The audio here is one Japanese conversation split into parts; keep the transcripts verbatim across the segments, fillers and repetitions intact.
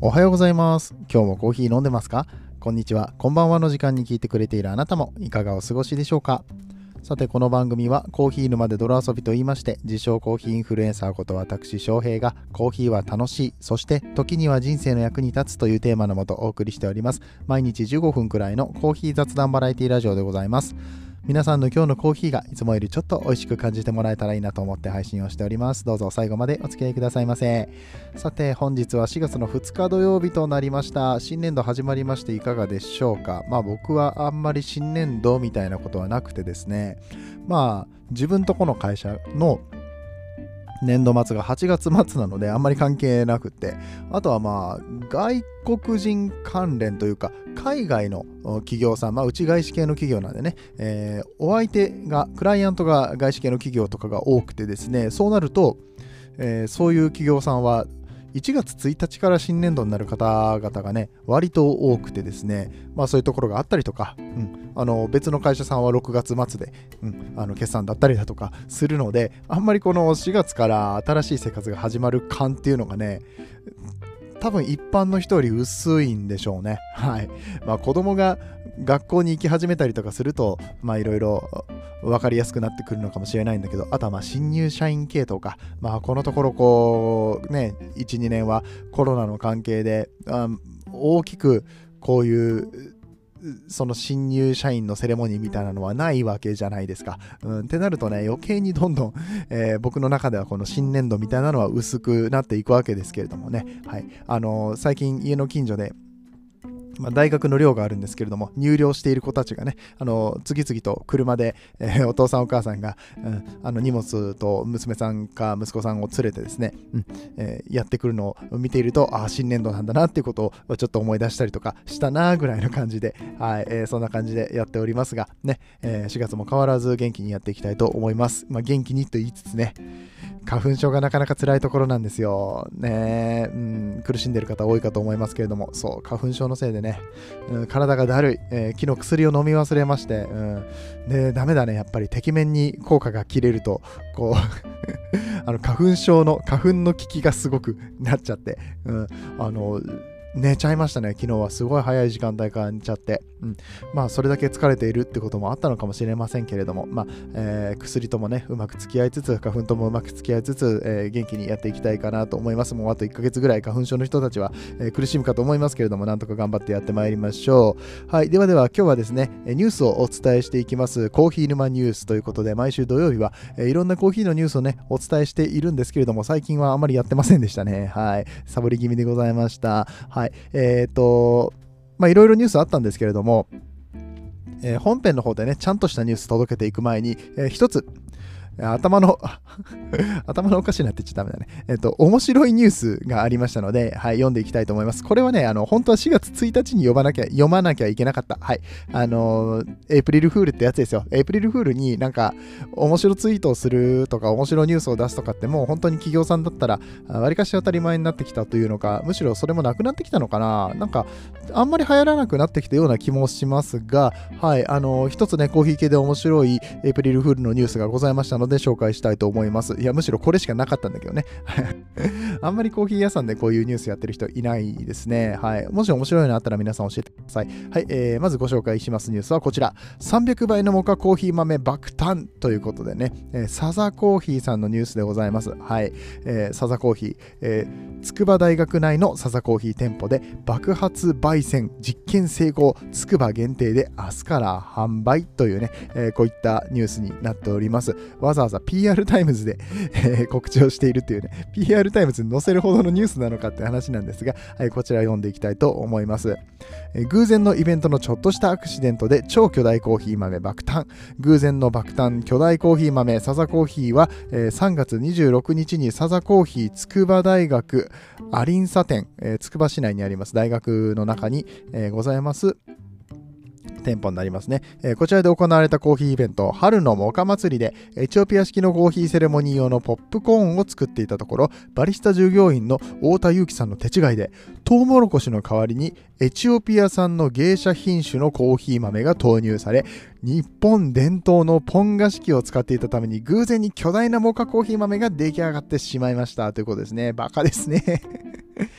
おはようございます。今日もコーヒー飲んでますか？こんにちは、こんばんはの時間に聞いてくれているあなたもいかがお過ごしでしょうか？さて、この番組はコーヒー沼で泥遊びと言いまして、自称コーヒーインフルエンサーこと私翔平がコーヒーは楽しい、そして時には人生の役に立つというテーマのもとお送りしております。毎日じゅうごふんくらいのコーヒー雑談バラエティラジオでございます。皆さんの今日のコーヒーがいつもよりちょっと美味しく感じてもらえたらいいなと思って配信をしております。どうぞ最後までお付き合いくださいませ。さて、本日はしがつのふつか土曜日となりました。新年度始まりましていかがでしょうか？まあ僕はあんまり新年度みたいなことはなくてですね、まあ自分とこの会社の年度末がはちがつ末なのであんまり関係なくて、あとはまあ外国人関連というか海外の企業さん、まあうち外資系の企業なんでね、えー、お相手がクライアントが外資系の企業とかが多くてですね、そうなると、えー、そういう企業さんはいちがつついたちから新年度になる方々がね割と多くてですね、まあそういうところがあったりとか、うん、あの別の会社さんはろくがつ末で、うん、あの決算だったりだとかするので、あんまりこのしがつから新しい生活が始まる感っていうのがね、多分一般の人より薄いんでしょうね。はい。まあ子供が学校に行き始めたりとかすると、まあいろいろ分かりやすくなってくるのかもしれないんだけど、あとはまあ新入社員系とか、まあこのところこうね、いち、にねんはコロナの関係であ大きくこういうその新入社員のセレモニーみたいなのはないわけじゃないですか。うん、ってなるとね、余計にどんどん、えー、僕の中ではこの新年度みたいなのは薄くなっていくわけですけれどもね。はい。あのー、最近家の近所でまあ、大学の寮があるんですけれども、入寮している子たちがね、あの次々と車で、えー、お父さんお母さんが、うん、あの荷物と娘さんか息子さんを連れてですね、うんえー、やってくるのを見ていると、ああ新年度なんだなっていうことをちょっと思い出したりとかしたなぐらいの感じで、はいえー、そんな感じでやっておりますがね、えー、しがつも変わらず元気にやっていきたいと思います。まあ、元気にと言いつつね、花粉症がなかなか辛いところなんですよね、うん、苦しんでる方多いかと思いますけれども、そう花粉症のせいでね、うん、体がだるい、えー、昨日薬を飲み忘れまして、うん、でダメだね、やっぱりてきめんに効果が切れるとこうあの花粉症の花粉の効きがすごくなっちゃって、うん、あの寝ちゃいましたね。昨日はすごい早い時間帯から寝ちゃって、うん、まあそれだけ疲れているってこともあったのかもしれませんけれども、まあ、えー、薬ともねうまく付き合いつつ、花粉ともうまく付き合いつつ、えー、元気にやっていきたいかなと思います。もうあといっかげつぐらい花粉症の人たちは、えー、苦しむかと思いますけれども、なんとか頑張ってやってまいりましょう。はい、ではでは今日はですねニュースをお伝えしていきます。コーヒー沼ニュースということで、毎週土曜日は、えー、いろんなコーヒーのニュースをねお伝えしているんですけれども、最近はあまりやってませんでしたね。はい、サボり気味でございました。はい、えっ、ー、とまあいろいろニュースあったんですけれども、えー、本編の方でねちゃんとしたニュース届けていく前に、えー、一つ頭の頭のおかしいなって言っちゃダメだね。えっと、面白いニュースがありましたので、はい、読んでいきたいと思います。これはね、あの、本当はしがつついたちに読まなきゃ、読まなきゃいけなかった。はい。あのー、エイプリルフールってやつですよ。エイプリルフールになんか、面白ツイートをするとか、面白ニュースを出すとかって、もう本当に企業さんだったら、わりかし当たり前になってきたというのか、むしろそれもなくなってきたのかな。なんか、あんまり流行らなくなってきたような気もしますが、はい、あのー、一つね、コーヒー系で面白いエイプリルフールのニュースがございましたので、紹介したいと思います。いや、むしろこれしかなかったんだけどね。あんまりコーヒー屋さんでこういうニュースやってる人いないですね。はい。もし面白いのあったら皆さん教えてください。はい。えー、まずご紹介しますニュースはこちら。さんびゃくばいのモカコーヒー豆爆誕ということでね、えー、サザコーヒーさんのニュースでございます。はい。えー、サザコーヒー、えー、筑波大学内のサザコーヒー店舗で爆発焙煎実験成功、筑波限定で明日から販売というね、えー、こういったニュースになっております。わざわざ ピーアール タイムズで、えー、告知をしているというね、ピーアール タイムズに載せるほどのニュースなのかって話なんですが、はい、こちら読んでいきたいと思います。えー、偶然のイベントのちょっとしたアクシデントで超巨大コーヒー豆爆誕。偶然の爆誕巨大コーヒー豆サザコーヒーは、えー、さんがつにじゅうろくにちにサザコーヒー筑波大学アリンサ店、えー、筑波市内にあります大学の中に、えー、ございます店舗になりますね、えー、こちらで行われたコーヒーイベント、春のモカ祭りでエチオピア式のコーヒーセレモニー用のポップコーンを作っていたところ、バリスタ従業員の太田祐樹さんの手違いでトウモロコシの代わりにエチオピア産の芸者品種のコーヒー豆が投入され、日本伝統のポン菓子機を使っていたために偶然に巨大なモカコーヒー豆が出来上がってしまいましたということですね。バカですね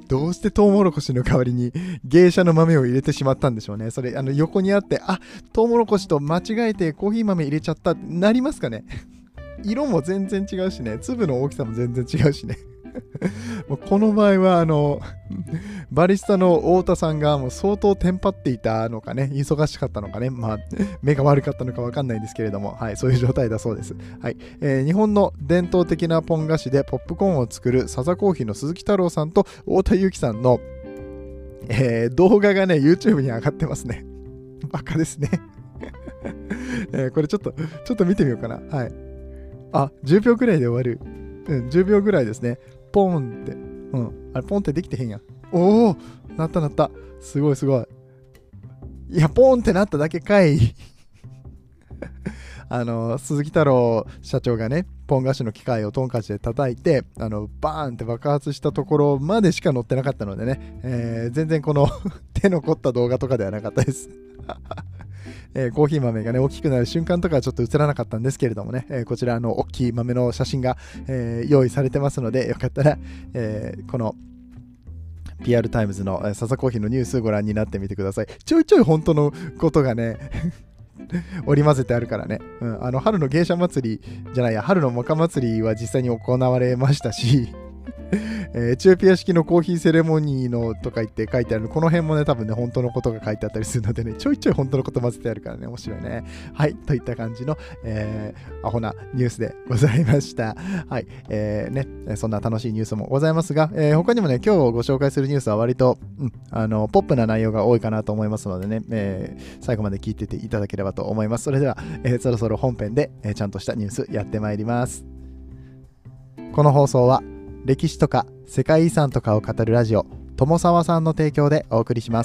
どうしてトウモロコシの代わりに芸者の豆を入れてしまったんでしょうね。それあの横にあって、あ、トウモロコシと間違えてコーヒー豆入れちゃったってなりますかね。色も全然違うしね、粒の大きさも全然違うしね。もうこの場合はあのバリスタの太田さんがもう相当テンパっていたのかね、忙しかったのかね、まあ目が悪かったのか分かんないんですけれども、はい、そういう状態だそうです。はい、えー、日本の伝統的なポン菓子でポップコーンを作る笹コーヒーの鈴木太郎さんと太田裕樹さんの、えー、動画がね YouTube に上がってますね。バカですね。えー、これちょっとちょっと見てみようかな。はい。あ、じゅうびょうくらいで終わる。うん、じゅうびょうぐらいですね。ポンって。うん。あれ、ポンってできてへんやん。おお、なったなった。すごいすごい。いや、ポンってなっただけかい。あの、鈴木太郎社長がね、ポン菓子の機械をトンカチで叩いて、あの、バーンって爆発したところまでしか載ってなかったのでね、えー、全然この手の凝った動画とかではなかったです。えー、コーヒー豆がね大きくなる瞬間とかはちょっと映らなかったんですけれどもね、えー、こちらの大きい豆の写真が、えー、用意されてますので、よかったら、えー、この ピーアール タイムズの笹コーヒーのニュースご覧になってみてください。ちょいちょい本当のことがね織り交ぜてあるからね、うん、あの春の芸者祭りじゃないや春のモカ祭りは実際に行われましたしえー、エチオピア式のコーヒーセレモニーのとか言って書いてある、この辺もね、多分ね、本当のことが書いてあったりするのでね、ちょいちょい本当のこと混ぜてあるからね、面白いね。はい、といった感じの、えー、アホなニュースでございました。はい、えー、ね、そんな楽しいニュースもございますが、えー、他にもね、今日ご紹介するニュースは割と、うん、あの、ポップな内容が多いかなと思いますのでね、えー、最後まで聞いてていただければと思います。それでは、えー、そろそろ本編で、えー、ちゃんとしたニュースやってまいります。この放送は、歴史とか世界遺産とかを語るラジオ友沢さんの提供でお送りします。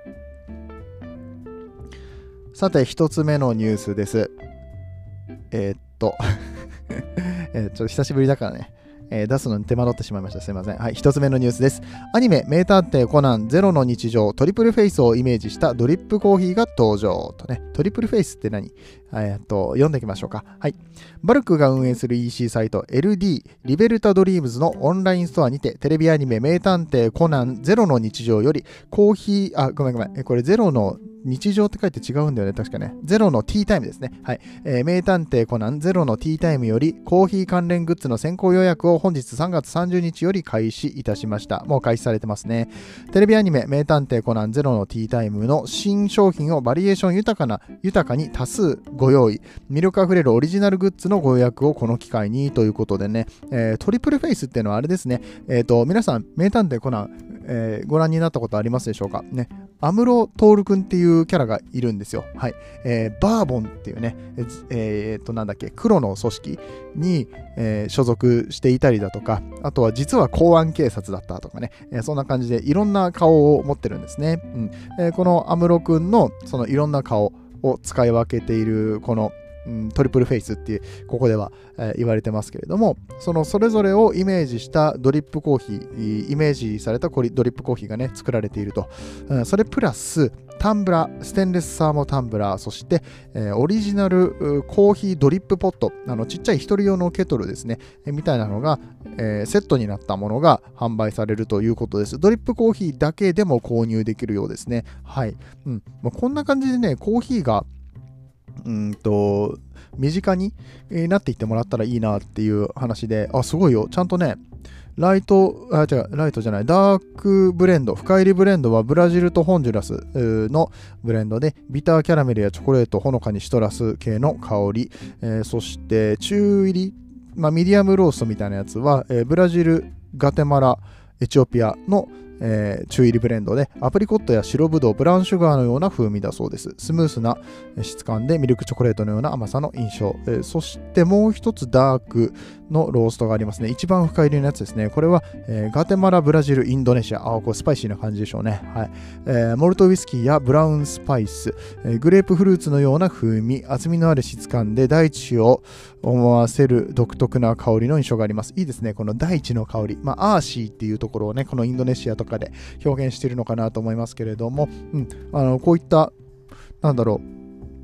さて一つ目のニュースです。えー、っとえー、ちょっと久しぶりだからね、えー、出すのに手間取ってしまいました。すいません。はい、一つ目のニュースです。アニメ名探偵コナンゼロの日常トリプルフェイスをイメージしたドリップコーヒーが登場とね。トリプルフェイスって何？えー、っと読んでいきましょうか。はい。バルクが運営する イーシー サイト エルディー リベルタドリームズのオンラインストアにてテレビアニメ名探偵コナンゼロの日常よりコーヒーあごめんごめんえこれゼロの日常って書いて違うんだよね。確かね。ゼロのティータイムですね。はい。えー、名探偵コナンゼロのティータイムよりコーヒー関連グッズの先行予約を本日さんがつさんじゅうにちより開始いたしました。もう開始されてますね。テレビアニメ名探偵コナンゼロのティータイムの新商品をバリエーション豊かな、豊かに多数ご用意。魅力あふれるオリジナルグッズのご予約をこの機会にということでね、えー、トリプルフェイスっていうのはあれですね。えっと、皆さん名探偵コナン、えー、ご覧になったことありますでしょうかね。アムロトールくんっていうキャラがいるんですよ。はい。えー、バーボンっていうね、えー、っと、なんだっけ、黒の組織に、えー、所属していたりだとか、あとは実は公安警察だったとかね、えー、そんな感じでいろんな顔を持ってるんですね。うんえー、このアムロくんのそのいろんな顔を使い分けているこのうん、トリプルフェイスっていうここでは、えー、言われてますけれども、そのそれぞれをイメージしたドリップコーヒー、イメージされたドリップコーヒーがね作られていると、うん、それプラスタンブラー、ステンレスサーモタンブラー、そして、えー、オリジナルコーヒードリップポット、あのちっちゃい一人用のケトルですね、えー、みたいなのが、えー、セットになったものが販売されるということです。ドリップコーヒーだけでも購入できるようですね。はい。うん。まあ、こんな感じでね、コーヒーがうんと身近になっていってもらったらいいなっていう話で、あ、すごいよ。ちゃんとね、ライト、あ、違う、ライトじゃない、ダークブレンド、深入りブレンドはブラジルとホンジュラスのブレンドで、ビターキャラメルやチョコレート、ほのかにシトラス系の香り、えー、そして中入り、まあ、ミディアムローストみたいなやつは、えー、ブラジル、ガテマラ、エチオピアのえー、中入りブレンドでアプリコットや白ぶどう、ブラウンシュガーのような風味だそうです。スムースな質感でミルクチョコレートのような甘さの印象、えー、そしてもう一つダークのローストがありますね。一番深入りのやつですね。これは、えー、ガテマラ、ブラジル、インドネシア、あ、これスパイシーな感じでしょうね。はい。えー、モルトウイスキーやブラウンスパイス、えー、グレープフルーツのような風味、厚みのある質感で大地を思わせる独特な香りの印象があります。いいですね。この大地の香り。まあ、アーシーっていうところをね、このインドネシアとかで表現しているのかなと思いますけれども、うん、あのこういった、なんだろう、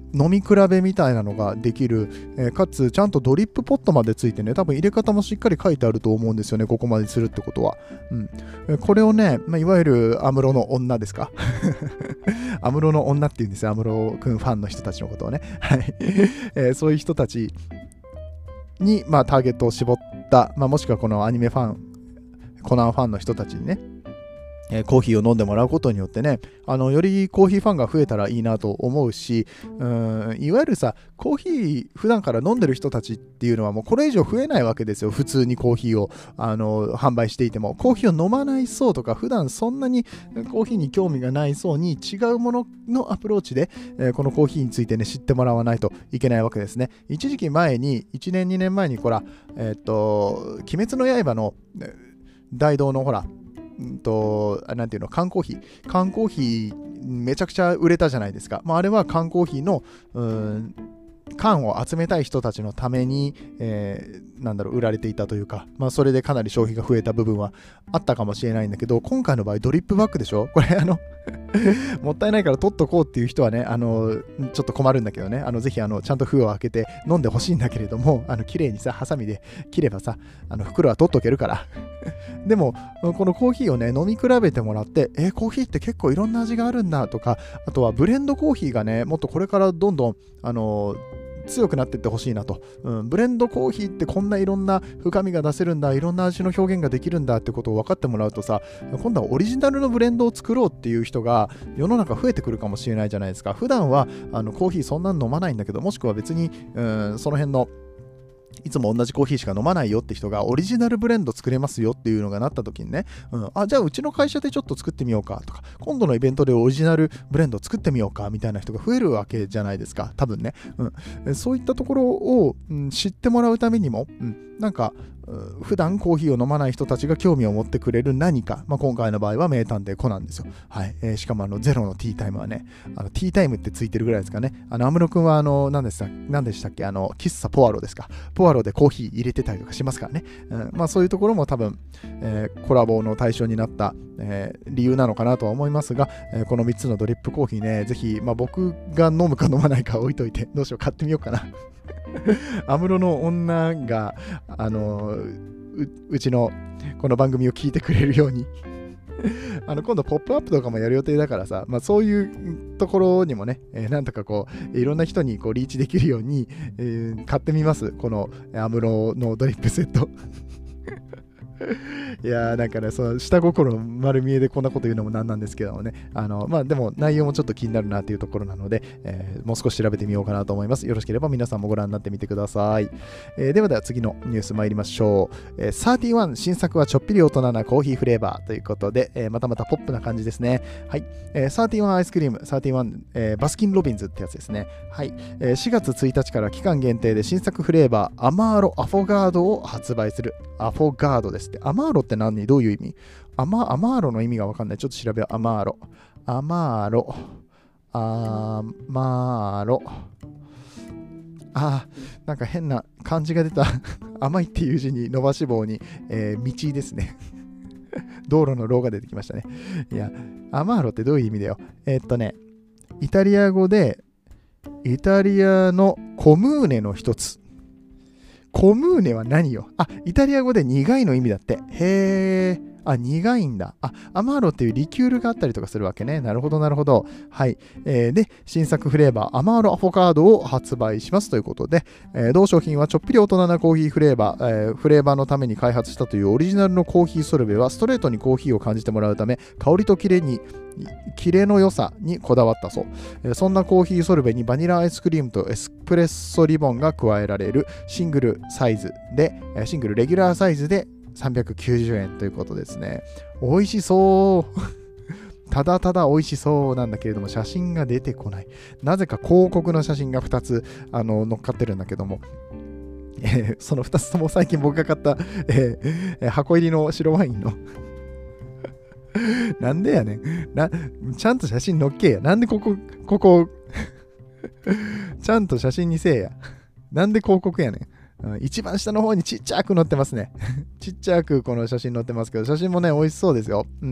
飲み比べみたいなのができる、えー、かつちゃんとドリップポットまでついてね、多分入れ方もしっかり書いてあると思うんですよね、ここまでするってことは。うん、えー、これをね、まあ、いわゆるアムロの女ですかアムロの女って言うんですよ、アムロくんファンの人たちのことをね。はい、えー、そういう人たちに、まあ、ターゲットを絞った、まあ、もしくはこのアニメファン、コナンファンの人たちにね、えー、コーヒーを飲んでもらうことによってね、あのよりコーヒーファンが増えたらいいなと思うし、うーん、いわゆるさ、コーヒー普段から飲んでる人たちっていうのはもうこれ以上増えないわけですよ。普通にコーヒーをあの販売していても、コーヒーを飲まない層とか、普段そんなにコーヒーに興味がない層に違うもののアプローチで、えー、このコーヒーについてね知ってもらわないといけないわけですね。一時期前にいちねんにねんまえにこら、えー、っと鬼滅の刃の大道のほら、うんと、なんていうの、缶コーヒー。缶コーヒーめちゃくちゃ売れたじゃないですか。まあ、あれは缶コーヒーの、うーん、缶を集めたい人たちのために、えー、なんだろう、売られていたというか、まあ、それでかなり消費が増えた部分はあったかもしれないんだけど、今回の場合ドリップバッグでしょ。これあのもったいないから取っとこうっていう人はね、あのちょっと困るんだけどね、あのぜひあのちゃんと封を開けて飲んでほしいんだけれども、あの綺麗にさハサミで切ればさ、あの袋は取っとけるからでもこのコーヒーをね飲み比べてもらって、えー、コーヒーって結構いろんな味があるんだとか、あとはブレンドコーヒーがねもっとこれからどんどんあの強くなっていってほしいなと、うん、ブレンドコーヒーってこんないろんな深みが出せるんだ、いろんな味の表現ができるんだってことを分かってもらうとさ、今度はオリジナルのブレンドを作ろうっていう人が世の中増えてくるかもしれないじゃないですか。普段はあのコーヒーそんなに飲まないんだけど、もしくは別に、うん、その辺のいつも同じコーヒーしか飲まないよって人がオリジナルブレンド作れますよっていうのがなった時にね、うん、あ、じゃあうちの会社でちょっと作ってみようかとか、今度のイベントでオリジナルブレンド作ってみようかみたいな人が増えるわけじゃないですか、多分ね。うん、そういったところを、うん、知ってもらうためにも、うん、なんか普段コーヒーを飲まない人たちが興味を持ってくれる何か、まあ、今回の場合は名探偵コナンですよ。はい、えー、しかもあのゼロのティータイムはね、あのティータイムってついてるぐらいですかね。あのアムロ君はあの何でした何でしたっけ、あの喫茶ポアロですか。ポアロでコーヒー入れてたりとかしますからね。うん、まあそういうところも多分、えー、コラボの対象になった、えー、理由なのかなとは思いますが、えー、このみっつのドリップコーヒーね、ぜひ、まあ、僕が飲むか飲まないか置いといて、どうしよう買ってみようかな。アムロの女があの う, うちのこの番組を聞いてくれるようにあの今度ポップアップとかもやる予定だからさ、まあ、そういうところにもね、えー、なんとかこういろんな人にこうリーチできるように、えー、買ってみます、このアムロのドリップセットいやーなんかね、その下心丸見えでこんなこと言うのもなんなんですけどもね、あのまあでも内容もちょっと気になるなっていうところなので、えー、もう少し調べてみようかなと思います。よろしければ皆さんもご覧になってみてください。えー、ではでは次のニュース参りましょう。えー、サーティワン新作はちょっぴり大人なコーヒーフレーバーということで、えー、またまたポップな感じですね。はい、えー、サーティワンアイスクリーム、サーティワン、えー、バスキンロビンズってやつですね。はい、えー、しがつついたちから期間限定で新作フレーバーアマーロアフォガードを発売する。アフォガードですって。アマーロって何、どういう意味？アマ、アマーロの意味がわかんない。ちょっと調べよう。アマーロ。アマーロ。アマーロ。あー、なんか変な漢字が出た。甘いっていう字に伸ばし棒に、えー、道ですね。道路のロが出てきましたね。いや、アマーロってどういう意味だよ。えー、っとね、イタリア語で、イタリアのコムーネの一つ。コムーネは何よ。あ、イタリア語で苦いの意味だって。へー。あ、苦いんだ。あ、アマーロっていうリキュールがあったりとかするわけね。なるほど、なるほど。はい。えー、で、新作フレーバー、アマーロアフォガードを発売しますということで、えー、同商品はちょっぴり大人なコーヒーフレーバー、えー、フレーバーのために開発したというオリジナルのコーヒーソルベは、ストレートにコーヒーを感じてもらうため、香りとキレに、キレの良さにこだわったそう。えー、そんなコーヒーソルベにバニラアイスクリームとエスプレッソリボンが加えられるシングルサイズで、シングルレギュラーサイズで、さんびゃくきゅうじゅうえんということですね。美味しそうただただ美味しそうなんだけれども、写真が出てこない。なぜか広告の写真がふたつあの乗っかってるんだけども、えー、そのふたつとも最近僕が買った、えー、箱入りの白ワインのなんでやねんな。ちゃんと写真載っけや。なんでここここちゃんと写真にせえや。なんで広告やねん。一番下の方にちっちゃく載ってますね。ちっちゃくこの写真載ってますけど、写真もね、美味しそうですよ。うん。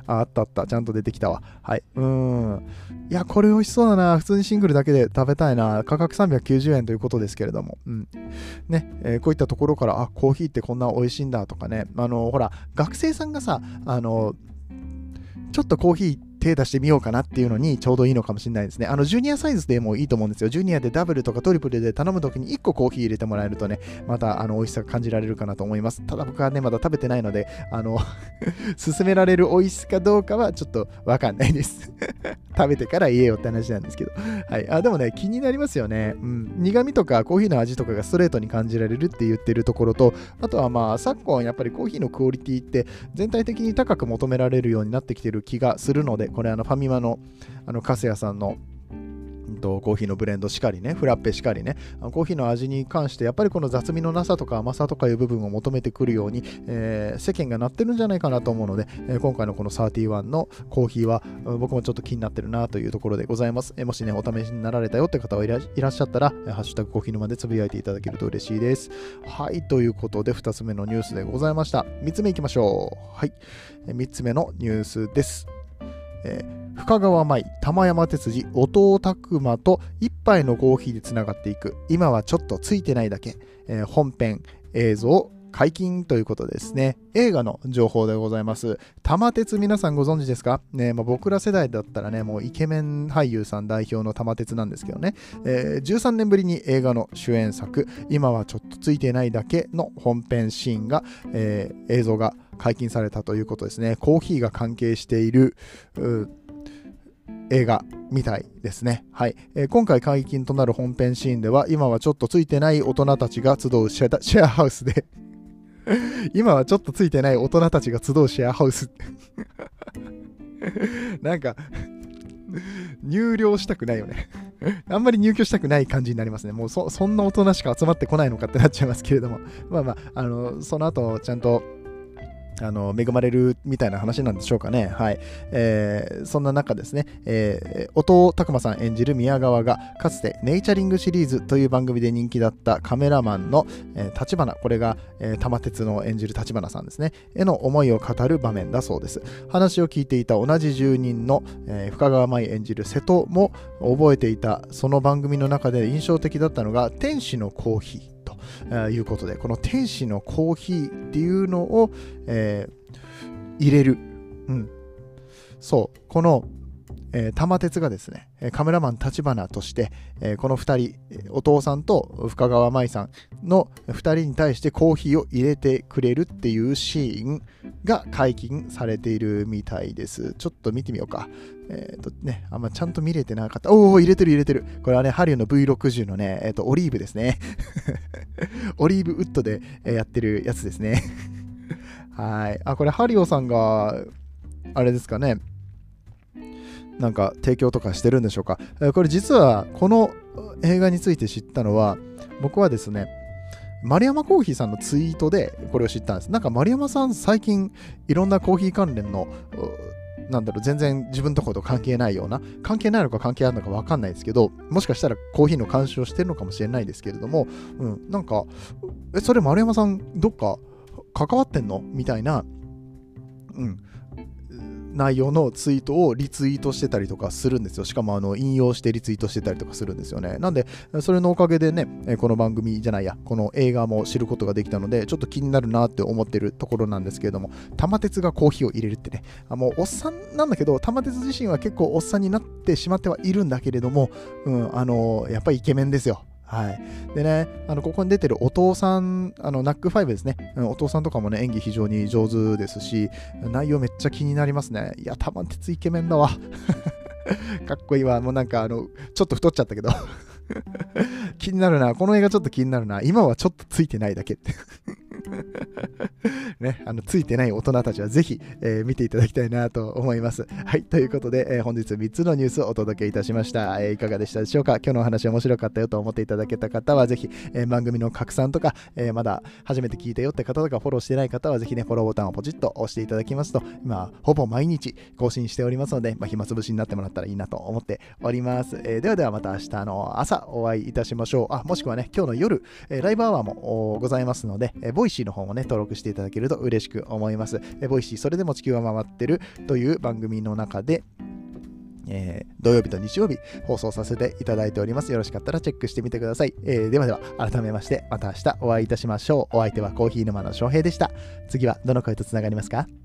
あ、あったあった。ちゃんと出てきたわ。はい。うーん。いや、これ美味しそうだな。普通にシングルだけで食べたいな。価格さんびゃくきゅうじゅうえんということですけれども。うん。ね、えーこういったところから、あ、コーヒーってこんな美味しいんだとかね。あの、ほら、学生さんがさ、あの、ちょっとコーヒー手出してみようかなっていうのにちょうどいいのかもしれないですね。あの、ジュニアサイズでもいいと思うんですよ。ジュニアでダブルとかトリプルで頼むときにいっこコーヒー入れてもらえるとね、またあの美味しさが感じられるかなと思います。ただ僕はね、まだ食べてないので、あの、勧められる美味しさかどうかはちょっとわかんないです。食べてから言えよって話なんですけど。はい。あ、でもね、気になりますよね。うん。苦味とかコーヒーの味とかがストレートに感じられるって言ってるところと、あとはまあ、昨今やっぱりコーヒーのクオリティって全体的に高く求められるようになってきてる気がするので、これあのファミマのあのカセヤさんのコーヒーのブレンドしかりね、フラッペしかりね、コーヒーの味に関してやっぱりこの雑味のなさとか甘さとかいう部分を求めてくるように、えー、世間がなってるんじゃないかなと思うので、えー、今回のこのさんじゅういちのコーヒーは僕もちょっと気になってるなというところでございます。えー、もしね、お試しになられたよって方はい ら, いらっしゃったら、ハッシュタグコーヒー沼でつぶやいていただけると嬉しいです。はい、ということでふたつめのニュースでございました。みっつめいきましょう。はい、みっつめのニュースです。えー深川舞、玉山哲司、音尾拓磨と一杯のコーヒーでつながっていく。今はちょっとついてないだけ。えー、本編映像解禁ということですね。映画の情報でございます。玉鉄皆さんご存知ですかね。まあ、僕ら世代だったらね、もうイケメン俳優さん代表の玉鉄なんですけどね、えー、じゅうさんねんぶりに映画の主演作、今はちょっとついてないだけの本編シーンが、えー、映像が解禁されたということですね。コーヒーが関係している映画みたいですね。はい、えー、今回解禁となる本編シーンでは、今はちょっとついてない大人たちが集うシェア、シェアハウスで今はちょっとついてない大人たちが集うシェアハウスなんか入寮したくないよねあんまり入居したくない感じになりますね。もう そ, そんな大人しか集まってこないのかってなっちゃいますけれども、まあまあ、あのその後ちゃんとあの恵まれるみたいな話なんでしょうかね。はい、えー、そんな中ですね、えー、音尾拓磨さん演じる宮川がかつてネイチャリングシリーズという番組で人気だったカメラマンの、えー、立花、これが、えー、玉鉄の演じる立花さんですね、への思いを語る場面だそうです。話を聞いていた同じ住人の、えー、深川舞演じる瀬戸も覚えていた。その番組の中で印象的だったのが天使のコーヒーということで、この天使のコーヒーっていうのを、えー、入れる、うん、そうこの、えー、玉鉄がですね、カメラマン立花として、えー、このふたり、お父さんと深川舞さんのふたりに対してコーヒーを入れてくれるっていうシーンが解禁されているみたいです。ちょっと見てみようか。えっとね、あんまちゃんと見れてなかった。おー、入れてる入れてる。これはね、ハリューの ブイろくじゅう のね、えっと、オリーブですね。オリーブウッドでやってるやつですね。はい。あ、これハリオさんが、あれですかね。なんか提供とかしてるんでしょうか。これ実はこの映画について知ったのは、僕はですね、丸山コーヒーさんのツイートでこれを知ったんです。なんか丸山さん最近いろんなコーヒー関連のなんだろう、全然自分のところと関係ないような、関係ないのか関係あるのか分かんないですけど、もしかしたらコーヒーの監修をしてるのかもしれないですけれども、うん、なんかえそれ丸山さんどっか関わってんのみたいな、うん、内容のツイートをリツイートしてたりとかするんですよ。しかもあの引用してリツイートしてたりとかするんですよね。なんでそれのおかげでね、この番組じゃないや、この映画も知ることができたので、ちょっと気になるなって思ってるところなんですけれども、玉鉄がコーヒーを入れるってね、あもうおっさんなんだけど、玉鉄自身は結構おっさんになってしまってはいるんだけれども、うん、あのやっぱりイケメンですよ。はい。でね、あのここに出てるお父さん、あのナックファイブですね、うん、お父さんとかもね、演技非常に上手ですし、内容めっちゃ気になりますね。いや、玉鉄イケメンだわ。かっこいいわ。もうなんか、あの、ちょっと太っちゃったけど。気になるな。この映画ちょっと気になるな。今はちょっとついてないだけって。ね、あのついてない大人たちはぜひ、えー、見ていただきたいなと思います。はい、ということで、えー、本日みっつのニュースをお届けいたしました。えー、いかがでしたでしょうか。今日のお話面白かったよと思っていただけた方はぜひ、えー、番組の拡散とか、えー、まだ初めて聞いたよって方とかフォローしてない方はぜひね、フォローボタンをポチッと押していただきますと、今ほぼ毎日更新しておりますので、まあ、暇つぶしになってもらったらいいなと思っております。えー、ではではまた明日の朝お会いいたしましょう。あ、もしくはね、今日の夜、えー、ライブアワーもございますので、えー、ボイシーの方もね、登録していただけるると嬉しく思います。えボイシーそれでも地球は回ってるという番組の中で、えー、土曜日と日曜日放送させていただいております。よろしかったらチェックしてみてください。えー、ではでは改めましてまた明日お会いいたしましょう。お相手はコーヒー沼の翔平でした。次はどの声とつながりますか？